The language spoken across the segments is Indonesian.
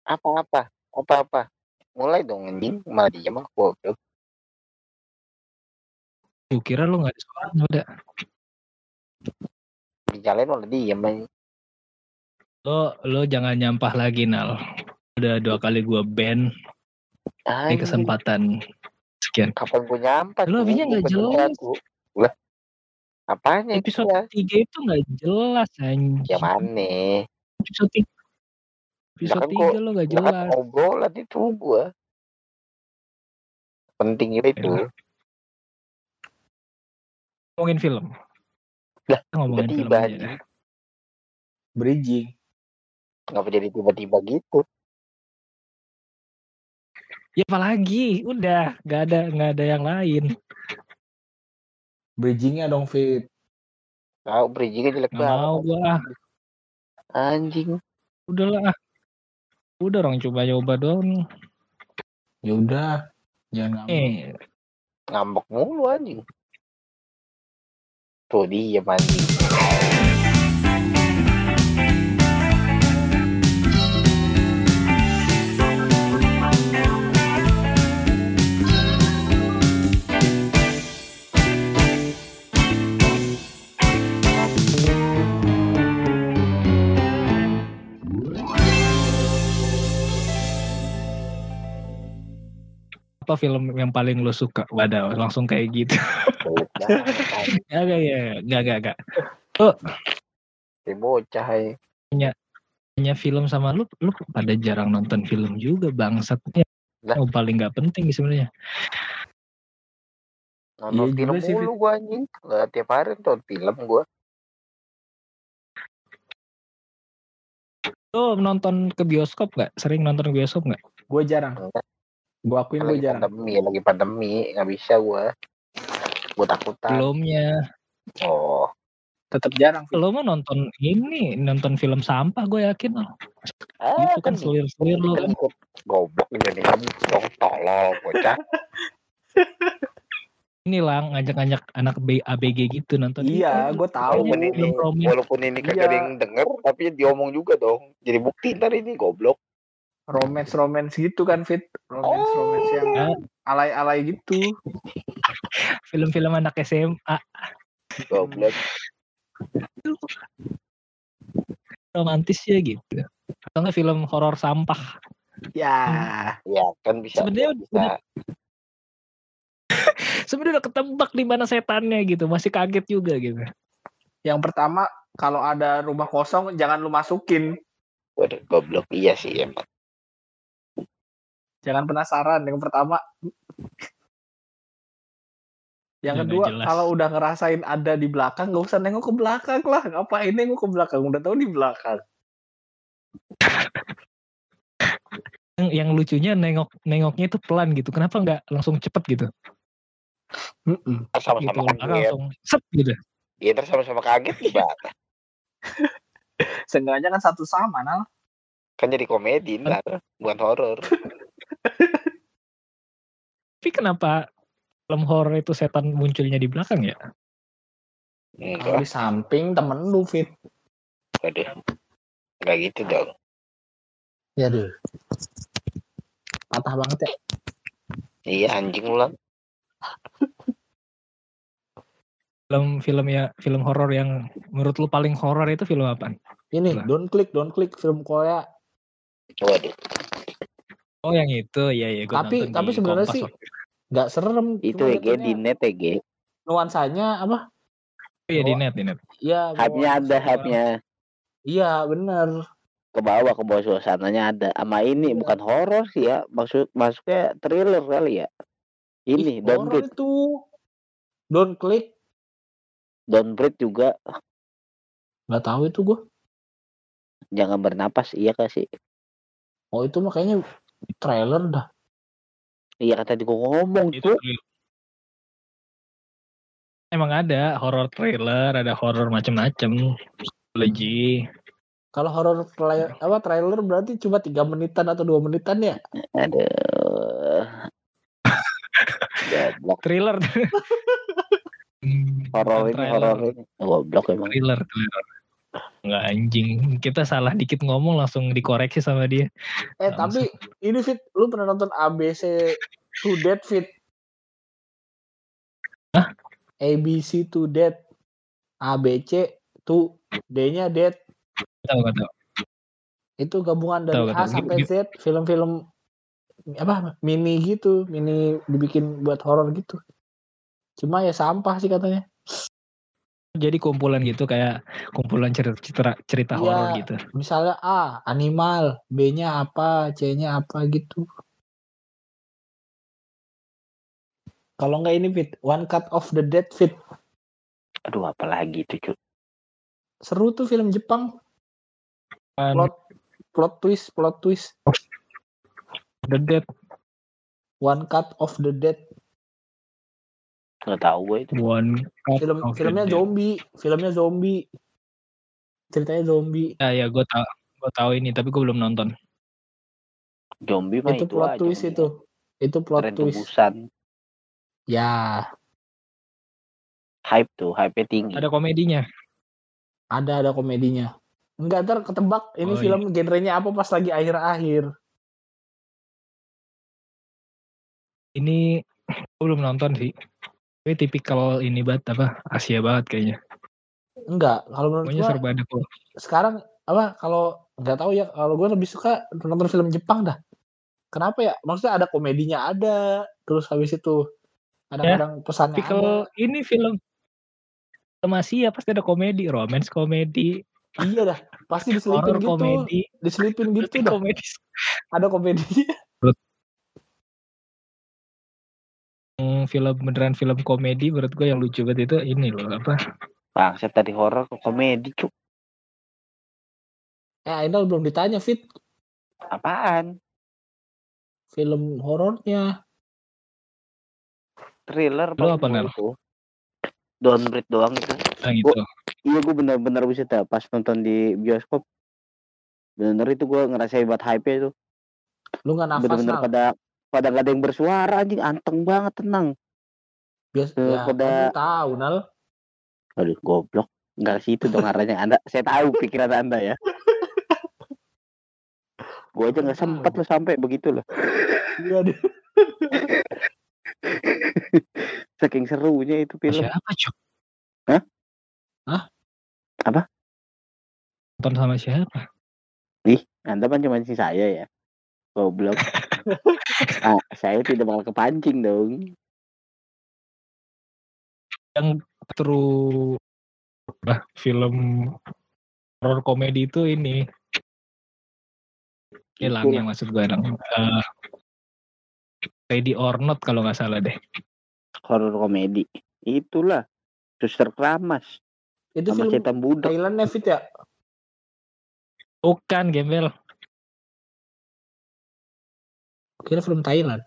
Apa? Mulai dong anjing, malah diam aku. Gue kira lu nggak ada suaranya udah. Dijalain malah diam anjing. Lo jangan nyampah lagi Nal. Udah 2 kali gue ban. Ini kesempatan sekian. Kapan gue nyampe lo habisnya nggak jelas. Lah, apanya episode 3 itu nggak jelas anjing. Ya mana? Episode 3 lo nggak jelas. Obrolan itu gue. Penting itu. Ngomongin film. Lah, ngomongin film aja. Bridging. Ngapa jadi tiba-tiba gitu? Ya apalagi, udah nggak ada yang lain. Bridgingnya dong Fit. Tahu bridgingnya jelek banget. Nggak mau gua. Anjing. Udahlah. Udah orang coba dong. Ya udah, jangan ngambek. Ngambek mulu anjing. Tuh dia anjing. Apa film yang paling lo suka? Waduh, langsung kayak gitu. Enggak. Lo bocah punya film sama lu pada jarang nonton film juga bangsatnya. Paling nggak penting sebenarnya. Nonton film mulu gue anjing. Tiap hari nonton film gue. Lo nonton ke bioskop nggak? Sering nonton ke bioskop nggak? Gue jarang. Gue akuin gue jarang. Lagi pandemi, nggak bisa gue. Gue takutan. Belumnya. Oh. Tetap jarang. Lo mau nonton film sampah gue yakin. Itu kan selir lo kan. Goblok jadi kamu dong tolol bocah. Ini lang ngajak anak ABG gitu nonton. Iya, gue tahu. Walaupun ini kagak ada yang denger, tapi diomong juga dong. Jadi bukti ntar ini goblok. Romance gitu kan Fit. Romance yang alay-alay gitu. Film-film anak SMA. Goblok. Romantis ya gitu. Atau nggak film horor sampah. Ya kan bisa. Sebenarnya udah ketebak di mana setannya gitu, masih kaget juga gitu. Yang pertama, kalau ada rumah kosong jangan lu masukin. Waduh, goblok iya sih emang. Jangan penasaran. Yang pertama. Yang kedua, kalau udah ngerasain ada di belakang, nggak usah nengok ke belakang lah. Ngapain nengok ke belakang? Udah tahu di belakang. Yang lucunya nengoknya itu pelan gitu. Kenapa nggak langsung cepet gitu? Sama-sama gitu, kaget. Langsung set gitu. Iya terus sama-sama kaget gimana? Seenggaknya kan satu sama, Nal. Kan jadi komedi lah, bukan horor. Tapi kenapa film horor itu setan munculnya di belakang ya? Kalau di samping temen lu Fit. Waduh, nggak gitu dong. Ya deh. Patah banget ya. Iya anjing ulang. Film horor yang menurut lu paling horor itu film apa? Ini Don't Click film Korea. Waduh. Oh yang itu ya. Tapi sebenarnya sih nggak serem. Itu di net Nuansanya apa? Iya di net. Iya. Hype-nya. Iya benar. Ke bawah suasananya ada. Sama ini bukan horor sih ya. Masuknya thriller kali ya. Ini Don't Breathe itu. Don't Click. Don't Breathe juga. Nggak tahu itu gue. Jangan bernapas, iya kasih. Oh itu makanya trailer dah. Iya kata gue ngomong itu. Emang ada horror trailer, ada horror macam-macam. Lagi. Kalau horror trailer berarti cuma 3 menitan atau 2 menitan ya? Aduh. Thriller. Horor ini. Goblok emang. Thriller. Nggak anjing, kita salah dikit ngomong langsung dikoreksi sama dia. Tapi ini Fit, lu pernah nonton ABC to Death Fit? Hah? ABC to Death. ABC to D-nya Death. Tahu. Itu gabungan dari A sampai Z, film-film mini gitu, mini dibikin buat horor gitu. Cuma ya sampah sih katanya. Jadi kumpulan gitu, kayak kumpulan cerita horor gitu. Misalnya A animal, B-nya apa, C-nya apa gitu. Kalau nggak ini Fit, One Cut of the Dead Fit. Aduh, apalagi itu cuy. Seru tuh film Jepang. Plot twist. The Dead. One Cut of the Dead. Nggak tahu gue itu. Filmnya zombie. Ceritanya zombie. Ya gue tahu ini, tapi gue belum nonton. Zombie mah itu plot twist itu. Itu plot twist. Tebusan. Ya. Hype-nya tinggi. Ada komedinya. Ada komedinya. Enggak, ntar ketebak ini film genrenya apa pas lagi akhir-akhir. Ini gue belum nonton sih. Ini tipikal ini banget Asia banget kayaknya. Enggak, kalau menurut gue serba ada kok. Sekarang kalau nggak tahu ya, kalau gue lebih suka nonton film Jepang dah. Kenapa ya? Maksudnya ada komedinya ada, terus habis itu kadang-kadang pesannya ada. Ini film Asia pasti ada komedi, romance komedi. Iya dah, pasti diselipin gitu. Komedi. Diselipin gitu dah. Komedi. Ada komedinya. Beneran film komedi menurut gue yang lucu banget itu ini loh Bangsat tadi horor ke komedi cuk. Ainal belum ditanya Fit. Apaan? Film horornya. Thriller lo apa Nel? Itu. Downgrade doang itu. Gitu. Gue bener-bener bisa pas nonton di bioskop. Bener itu gue ngerasain buat hype-nya itu. Lu nggak nafas bener-bener pada nggak ada yang bersuara anjing, anteng banget, tenang. Biasa pada tahu Nal. Aduh goblok, nggak ke situ dong arahnya Anda. Saya tahu pikiran Anda ya. Gue aja nggak sempat lo sampai begitu loh. Iya deh. Saking serunya itu film. Siapa cuk? Hah? Apa? Nonton sama siapa? Ih, Anda kan cuma si saya ya. Goblok. Saya tidak bakal kepancing dong. Yang film horror komedi itu ini. Hilang yang maksud gue Ready or Not kalau nggak salah deh. Horror komedi. Itulah Suster Keramas. Itu sama film Setan Budak. Thailand Nevit ya? Bukan, gembel. Kira film Thailand.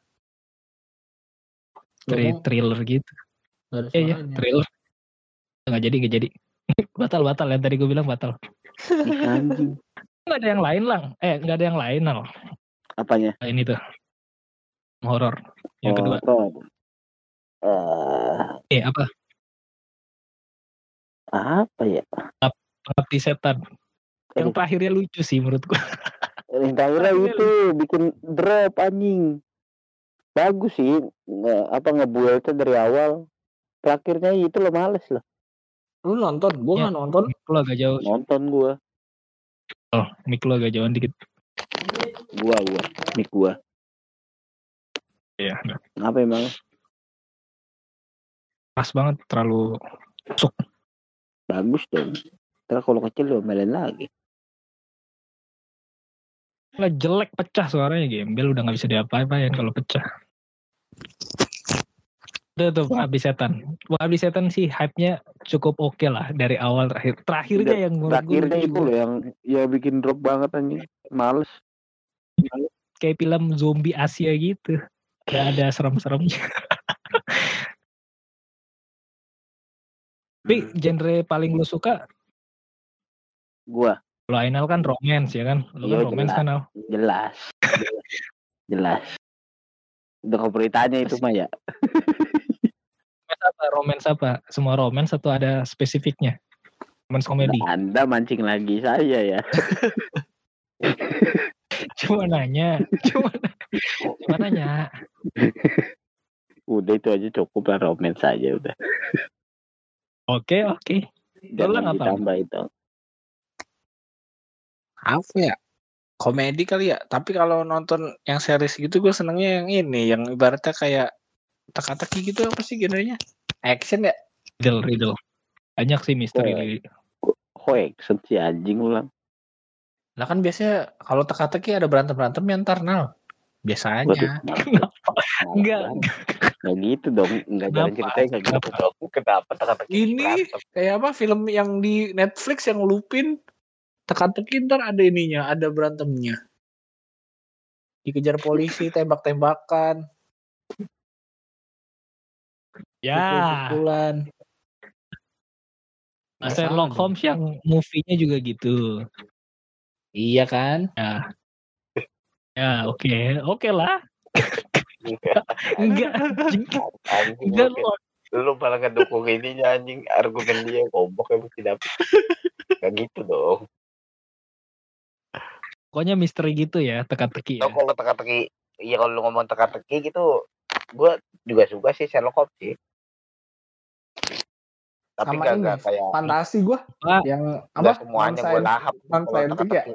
Thriller gitu. Iya, thriller. Nggak jadi. Batal yang tadi gue bilang batal. Anjing. Nggak ada yang lain lang. Nggak ada yang lain loh. Apanya? Ini tuh horor. Yang kedua. Apa? Apa ya? Pengabdi Setan. Yang terakhirnya lucu sih menurut gue. Yang terakhirnya itu bikin drop anjing. Bagus sih, ngebuatnya dari awal. Terakhirnya itu lo males lah. Lu nonton? Gue nggak nonton. Lu agak jauh. Nonton gue. Oh, mic lu agak jauhan dikit. Mic gue. Iya. Apa emang? Pas banget, terlalu masuk. Bagus dong. Terus kalau kecil lo main lagi. Lah jelek, pecah suaranya, gembel udah nggak bisa diapa-apain kalau pecah. Udah tuh Pengabdi Setan sih hype-nya cukup oke lah dari awal terakhir. Terakhirnya yang menurut gue itu loh yang bikin drop banget anjing. Males. Kayak film zombie Asia gitu. Gak ada serem-seremnya. Tapi genre paling lu suka? Gua. Lo Ainal kan romance ya kan? Lo kan romance kan Al? Jelas. Udah kau beritanya itu mah ya. Romance apa? Semua romance atau ada spesifiknya? Romance komedi. Anda mancing lagi saya ya. Cuma nanya. Udah itu aja cukup lah, romance saja udah. Oke. Jangan ditambah itu. Apa ya? Komedi kali ya. Tapi kalau nonton yang series gitu gue senengnya yang ini, yang ibaratnya kayak teka-teki gitu. Apa sih genrenya? Action ya? Riddle. Banyak sih misteri. Action si anjing ulang. Lah kan biasanya kalau teka-teki ada berantem ya ntar biasanya. Enggak gitu dong. Enggak jalan ceritanya kayak gitu dong. Kenapa teka-teki? Ini kayak apa film yang di Netflix yang Lupin teka-teki ntar ada ininya, ada berantemnya. Dikejar polisi, tembak-tembakan. Ya. Pukulan. Sherlock Holmes yang movie-nya juga gitu. Iya kan? Ya, oke lah. Enggak lu malah ngedukung ininya anjing, argumen dia goblok emang tidak. Kayak gitu dong. Pokoknya misteri gitu ya, teka-teki ya. Kalau teka-teki, iya kalau lu ngomong teka-teki gitu, gue juga suka sih Sherlock Holmes sih. Tapi nggak kayak fantasi gue yang apa semuanya gue lahap ya.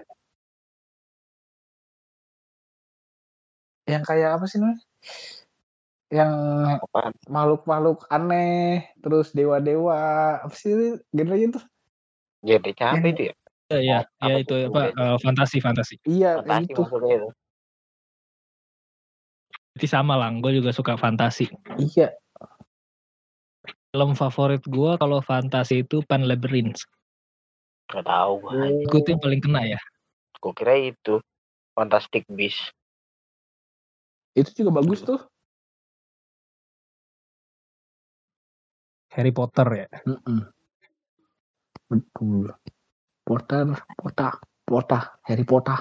Yang kayak apa sih namanya? Yang makhluk-makhluk aneh, terus dewa-dewa, apa sih genrenya tuh? Jadi apa itu ya? Ya itu apa fantasi. Iya, fantasi itu. Jadi sama lah, gue juga suka fantasi. Iya. Film favorit gue kalau fantasi itu Pan Labyrinth. Gak tahu gue. Itu yang paling kena ya. Gue kira itu Fantastic Beasts. Itu juga bagus tuh. Harry Potter ya. Betul. Potter, Harry Potter.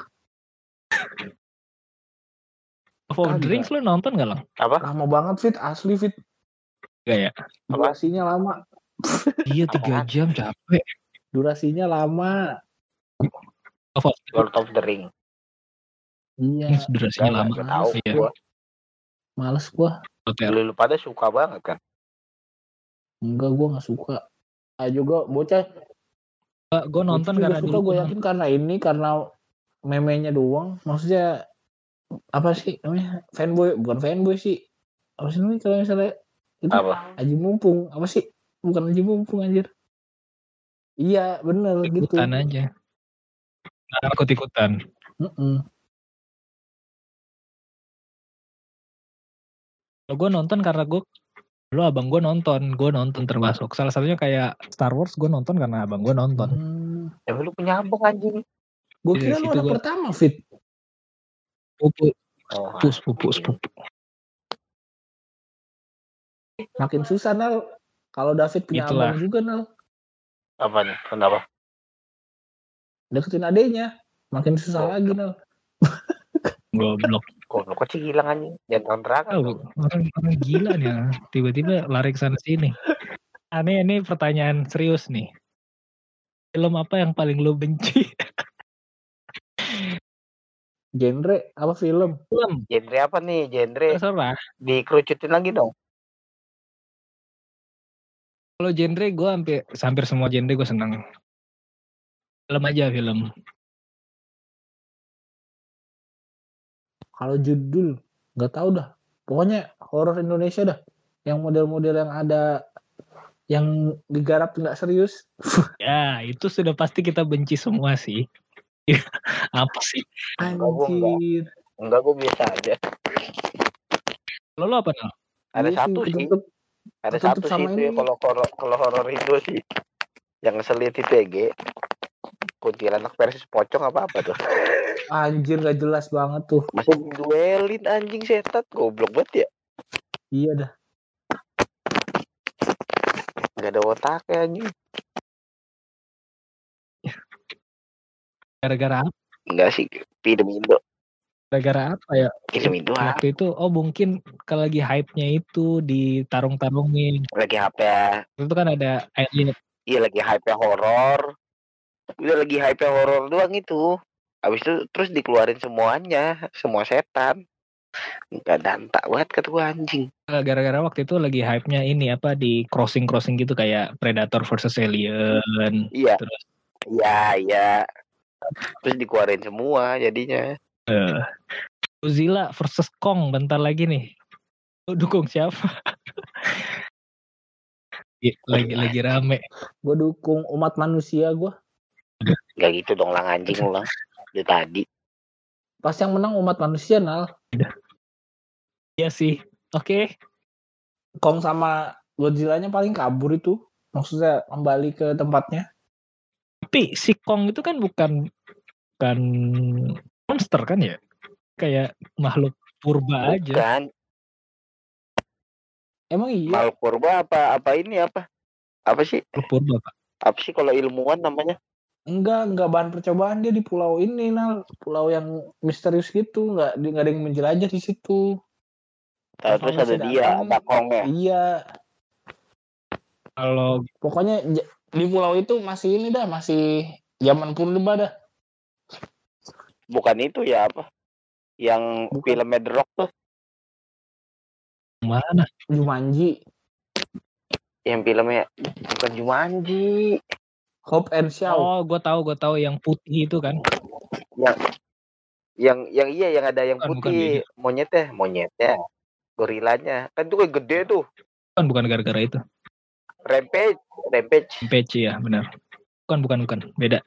For Drinks lu nonton gak Lang? Apa? Lama banget Fit, asli Fit. Gak ya? Durasinya lama. Iya 3 jam capek. Durasinya lama. Lord of the Ring. Iya. Durasinya lama. Gak tahu gua. Males gua. Lu pada suka banget kan? Enggak, gua gak suka. Juga bocah. Gue nonton karena suka, gue yakin karena memenya doang. Maksudnya apa sih namanya? Bukan fanboy sih. Apa sih namanya kalau misalnya itu Haji Mumpung. Apa sih? Bukan Haji Mumpung anjir. Iya, bener gitu. Ikutan aja. Ikut-ikutan. Gue nonton karena abang gue nonton termasuk. Salah satunya kayak Star Wars, gue nonton karena abang gue nonton. Lu punya abang anjing. Gue kira lu anak pertama, Fit. Sepupu. Makin susah, Nal. Kalau David punya abang juga, Nal. Apa nih? Kenapa? Deketin adenya. Makin susah lagi, Nal. Goblok. Kok sih hilang anjing? Jangan terang. Orang gila nih, tiba-tiba lari ke sana sini. Ini pertanyaan serius nih. Film apa yang paling lo benci? Genre apa film? Genre apa nih? Genre. Terserah. Dikerucutin lagi dong. Kalau genre gue hampir semua genre gue senang. Film. Kalau judul nggak tahu dah. Pokoknya horor Indonesia dah. Yang model-model yang ada yang digarap nggak serius. Ya itu sudah pasti kita benci semua sih. Apa sih? Anjir. Enggak, gue biasa aja. Lo apa Nal? Ada satu sih. Ada satu sih itu ya, kalau horor itu sih. Yang ngeselin itu EG. Kuntilanak versus pocong apa tuh? Anjir gak jelas banget tuh. Masih duelin anjing setan, goblok banget ya. Iya dah. Gak ada otaknya anjing. Gara-gara apa? Enggak sih, film Indo. Gara-gara apa ya? Film Indo waktu itu mungkin kalau lagi hype-nya itu ditarung-tarungin. Lagi apa ya? Itu kan ada Iya lagi hype horor. Udah lagi hype horor doang itu. Habis itu terus dikeluarin semuanya, semua setan. Enggak dantak banget kata gua anjing. Gara-gara waktu itu lagi hype-nya ini apa di crossing gitu kayak Predator versus Alien. Iya. Terus Iya. Terus dikeluarin semua jadinya. Godzilla versus Kong bentar lagi nih. Lu dukung siapa? lagi rame. Gue dukung umat manusia gue. Gak gitu dong lang anjing lu lang. Dari tadi. Pas yang menang umat manusia Nal. Iya sih. Oke. Kong sama Godzilla-nya paling kabur itu. Maksudnya kembali ke tempatnya. Tapi si Kong itu kan bukan monster kan ya? Kayak makhluk purba aja. Bukan. Emang iya? Makhluk purba apa ini apa? Apa sih? Makhluk purba, Pak. Apa sih kalau ilmuwan namanya? Enggak bahan percobaan dia di pulau ini Nal. Pulau yang misterius gitu. Enggak ada yang menjelajah di situ. Terus ada dia, ada Kongnya. Iya. Kalau pokoknya di pulau itu masih ini dah, masih zaman purba dah. Bukan itu ya apa? Yang filmnya The Rock tuh. Mana? Jumanji. Yang filmnya bukan Jumanji. Hope and Shaw. Oh, gue tahu yang putih itu kan. Yang iya yang ada yang putih. Monyetnya. Gorilanya. Kan itu kayak gede tuh. Bukan gara-gara itu. Rampage ya, benar. Bukan. Beda.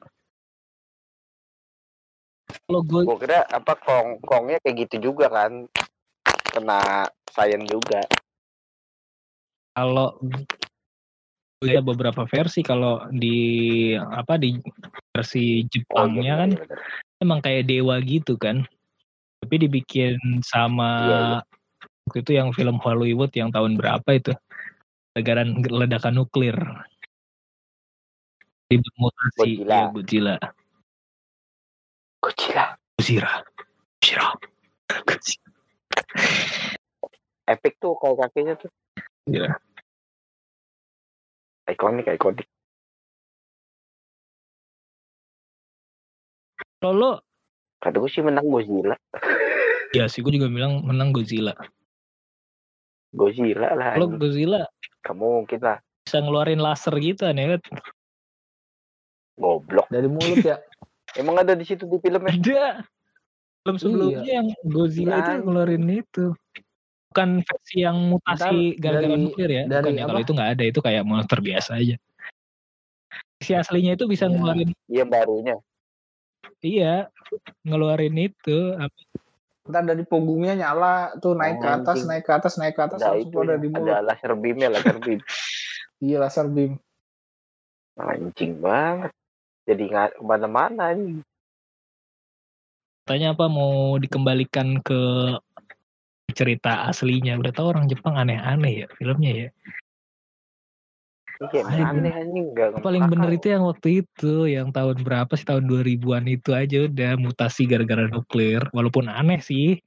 Kalau gue kira apa Kongnya kayak gitu juga kan. Kena sayang juga. Kalau ada beberapa versi kalau di versi Jepangnya kan emang kayak dewa gitu kan, tapi dibikin sama waktu itu yang film Hollywood yang tahun berapa itu negara ledakan nuklir dimutasi Godzilla. Epic tuh kalau kakinya tuh. Iya. Ikonik. Kalau kata gue sih menang Godzilla. Ya sih gue juga bilang menang Godzilla lah. Kalau Godzilla kamu mungkin lah bisa ngeluarin laser gitu aneh kan. Goblok dari mulut ya. Emang ada di situ di filmnya? Ada. Film sebelumnya yang Godzilla itu ngeluarin itu. Bukan versi yang mutasi gara-gara nuklir ya. Bukan ya, kalau itu nggak ada, itu kayak monster biasa aja. Si aslinya itu bisa ngeluarin. Iya barunya. Iya, ngeluarin itu. Ntar dari punggungnya nyala tuh naik ke atas langsung keluar dari mulut. Ada laser beam. Iya laser beam. Anjing banget. Jadi nggak kemana-mana nih. Katanya apa mau dikembalikan ke cerita aslinya. Udah tau orang Jepang aneh-aneh ya filmnya ya. Aneh anjing enggak. Paling bener itu yang waktu itu, yang tahun berapa sih, tahun 2000-an itu aja udah mutasi gara-gara nuklir. Walaupun aneh sih.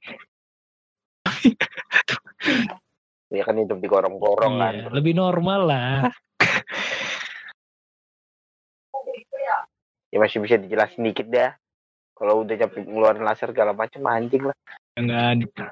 Ya kan hidup di gorong-gorong kan. Lebih normal lah. Ya masih bisa dijelasin dikit dah. Kalau udah nyampe ngeluarin laser segala macam anjing lah. Enggak.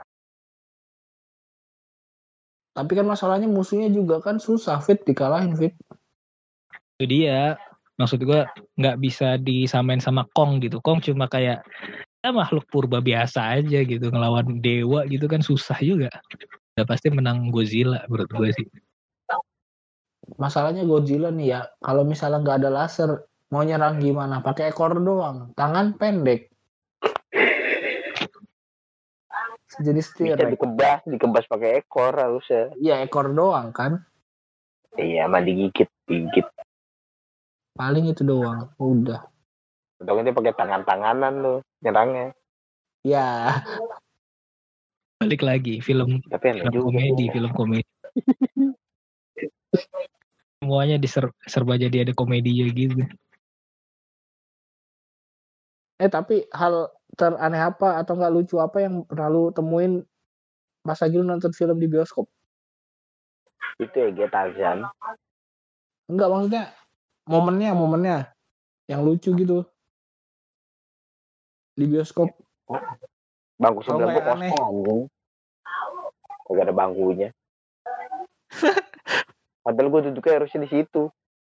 Tapi kan masalahnya musuhnya juga kan susah Fit dikalahin Fit. Itu dia. Maksud gue nggak bisa disamain sama Kong gitu. Kong cuma kayak makhluk purba biasa aja gitu. Ngelawan dewa gitu kan susah juga. Udah pasti menang Godzilla menurut gue sih. Masalahnya Godzilla nih ya. Kalau misalnya nggak ada laser, mau nyerang gimana? Pakai ekor doang. Tangan pendek. Jadi bisa dikebas pakai ekor harusnya. Iya ekor doang kan. Iya mah digigit. Paling itu doang. Udah dia pakai tangan-tanganan loh nyerangnya. Ya. Balik lagi film komedi. Semuanya serba jadi ada komedinya gitu. Tapi hal teraneh apa atau nggak lucu apa yang pernah lu temuin pas lagi lu nonton film di bioskop? Itu ya Tarzan. Enggak, maksudnya momennya yang lucu gitu di bioskop. Bangku Kalau sebelah nggak gua yang aneh. kosong anjing. Kagak ada bangkunya. Padahal gua duduknya harusnya di situ.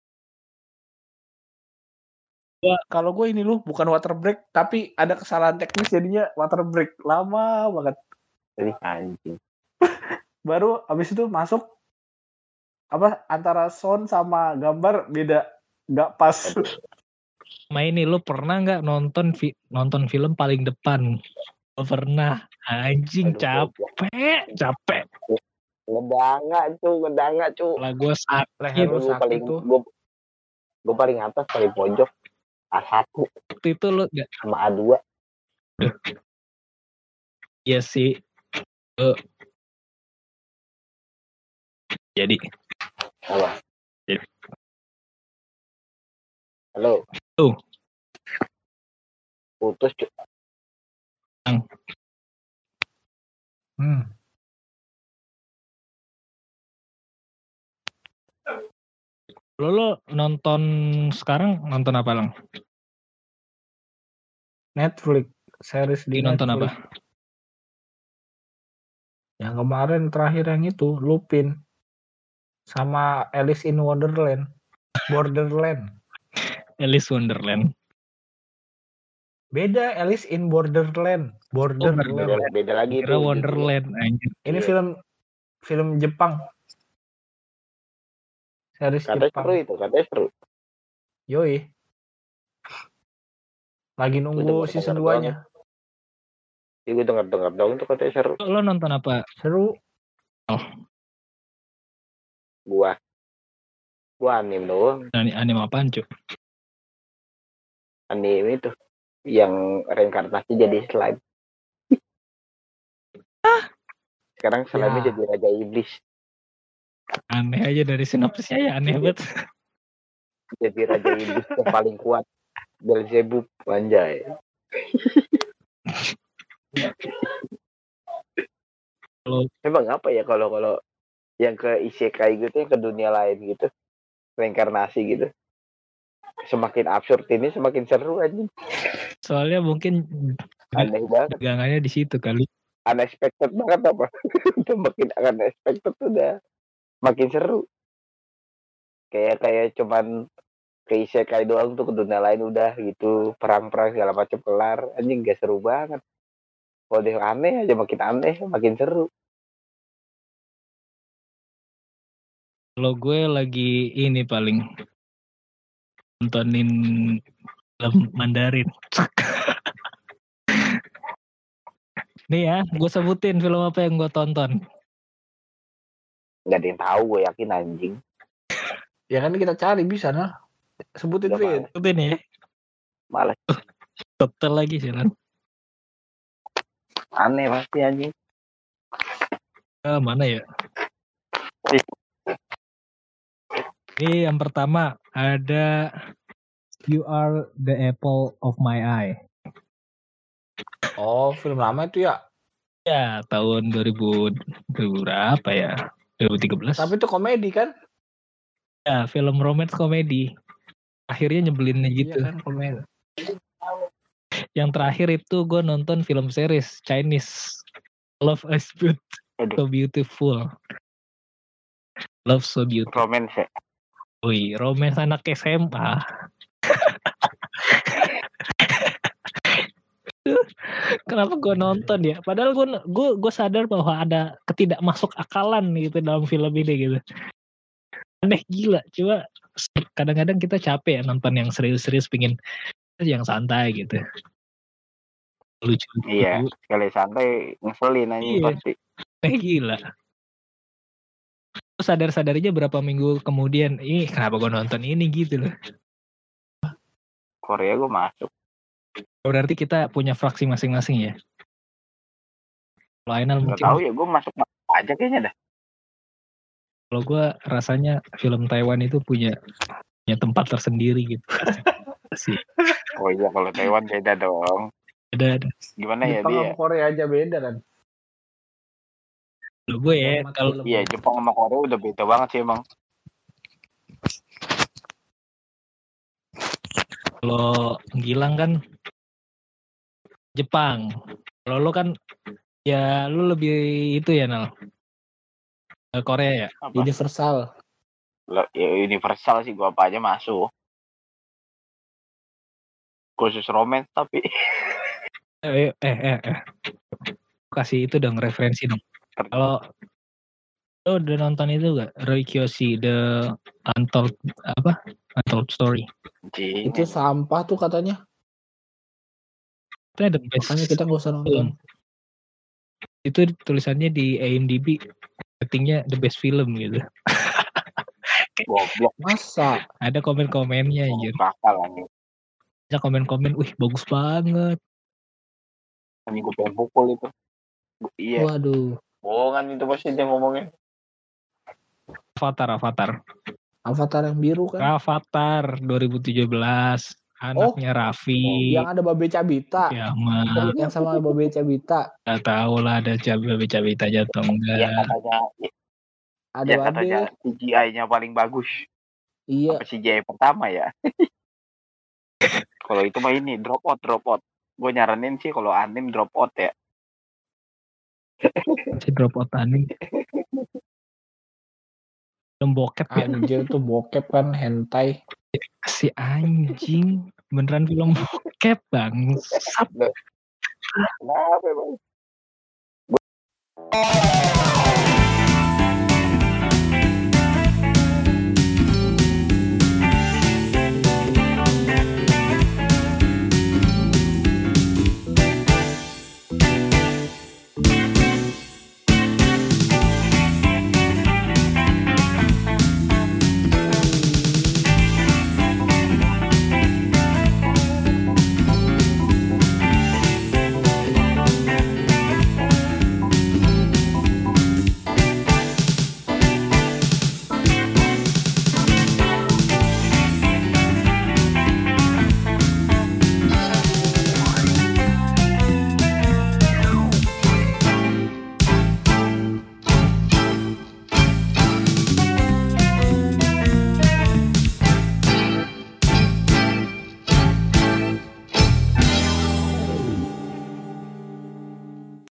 Kalau gue ini loh bukan water break tapi ada kesalahan teknis jadinya water break lama banget. Jadi anjing. Baru abis itu masuk apa antara sound sama gambar beda, nggak pas. Sama ini lu pernah nggak nonton film paling depan? Oh, pernah. Anjing, Aduh, capek. ngedanga cu. Lah gue Leher sakit. lu sakit tuh. Gue paling atas, paling pojok. A1 Waktu itu lu nggak? sama A2. Iya sih. Jadi. Apa? Jadi. Halo. Tuh. Putus cu. Lo nonton sekarang nonton apa Lang? Netflix, series di nonton Netflix. apa? Yang kemarin terakhir yang itu Lupin sama Alice in Wonderland. Alice Wonderland. Beda Alice in Borderland. Beda lagi Kira tuh. Wonderland anjir. Ini film Jepang. Series Katanya Jepang. seru itu, katanya seru. Yoi. Lagi nunggu season 2-nya. Iya, gue denger dong tuh katanya seru. Lo nonton apa? Seru. Oh. Gua anime doang. Anime apaan, Cuk? Anime itu yang reinkarnasi jadi slime. Sekarang slime-nya jadi raja iblis. Aneh aja dari sinopsisnya ya, aneh banget. Jadi raja iblis yang paling kuat. Beelzebub, anjay. Emang apa ya kalau yang ke isekai gitu, yang ke dunia lain gitu, reinkarnasi gitu, semakin absurd ini semakin seru aja. Soalnya mungkin aneh banget. Pegangannya di situ kali. Unexpected banget apa? Udah makin unexpected udah makin seru. Kayak cuman ke isekai doang tuh, ke dunia lain udah gitu, perang-perang segala macam kelar, anjing gak seru banget. Kalau dia aneh aja makin aneh, makin seru. Kalau gue lagi ini paling nontonin film Mandarin. Nih ya, gue sebutin film apa yang gue tonton. Gak ada yang tahu, gue yakin anjing. Ya kan kita cari bisa nah. Sebutin Fit. Sebutin ya. Malas. Total lagi sih Lan. Aneh pasti anjing. Mana ya? Ini yang pertama ada You Are the Apple of My Eye. Oh, film lama itu ya? Ya, tahun 2000 berapa ya? 2013. Tapi itu komedi kan? Ya, film romance komedi. Akhirnya nyebelinnya gitu. Iya kan, komedi. Yang terakhir itu gue nonton film series Chinese. Love is so beautiful. Love so beautiful. Romance ya? Wih, romance anak SMA. Kenapa gue nonton ya? Padahal gue sadar bahwa ada ketidakmasuk akalan gitu dalam film ini gitu. Aneh gila. Coba kadang-kadang kita capek ya nonton yang serius-serius, pingin yang santai gitu. Lucu. Iya, sekali santai ngeselin aja pasti. Gila. Sadar-sadarnya berapa minggu kemudian, kenapa gue nonton ini gitu loh. Korea gue masuk. Berarti kita punya fraksi masing-masing ya. Kalau Ainal mungkin. Gak tahu ya, gue masuk aja kayaknya dah. Kalau gue rasanya film Taiwan itu punya tempat tersendiri gitu. Oh iya, kalau Taiwan beda dong. Beda. Gimana ya Jepang dia? Sama Korea aja beda kan. Gue ya kalau Iya, Jepang sama Korea udah beda banget sih emang. Kalau Gilang kan Jepang. Kalau lu kan ya lu lebih itu ya Nal. Korea ya. Apa? Universal. Ya, universal sih gua apa aja masuk. Khusus romance tapi Kasih itu dong referensi dong. Kalau lo udah nonton itu gak? Roy Kiyoshi The Untold Story. Itu sampah tuh katanya. Itu the best. Makanya kita nggak usah nonton. Itu tulisannya di IMDb ratingnya the best film gitu. goblok. Masa? Ada komen-komennya anjir. Ada komen-komen, wih bagus banget. Ini gue pengen pukul itu. Iya. Waduh. Bohongan itu pasti dia ngomongin. Avatar yang biru kan? Avatar 2017. Anaknya Raffi. Yang ada Babe Cabita. Ya, yang sama Babe Cabita. Gak tahu lah ada Babe Cabita jatuh enggak. Ya katanya. Ada Babe. Katanya CGI-nya paling bagus. Iya. Apa CGI pertama ya? Kalau itu mah ini drop out. Gue nyaranin sih kalau anime drop out ya. Si drop out anime. Film bokep ya. Anjir tuh bokep kan, hentai. Si anjing beneran film bokep bangsat. Kenapa bang?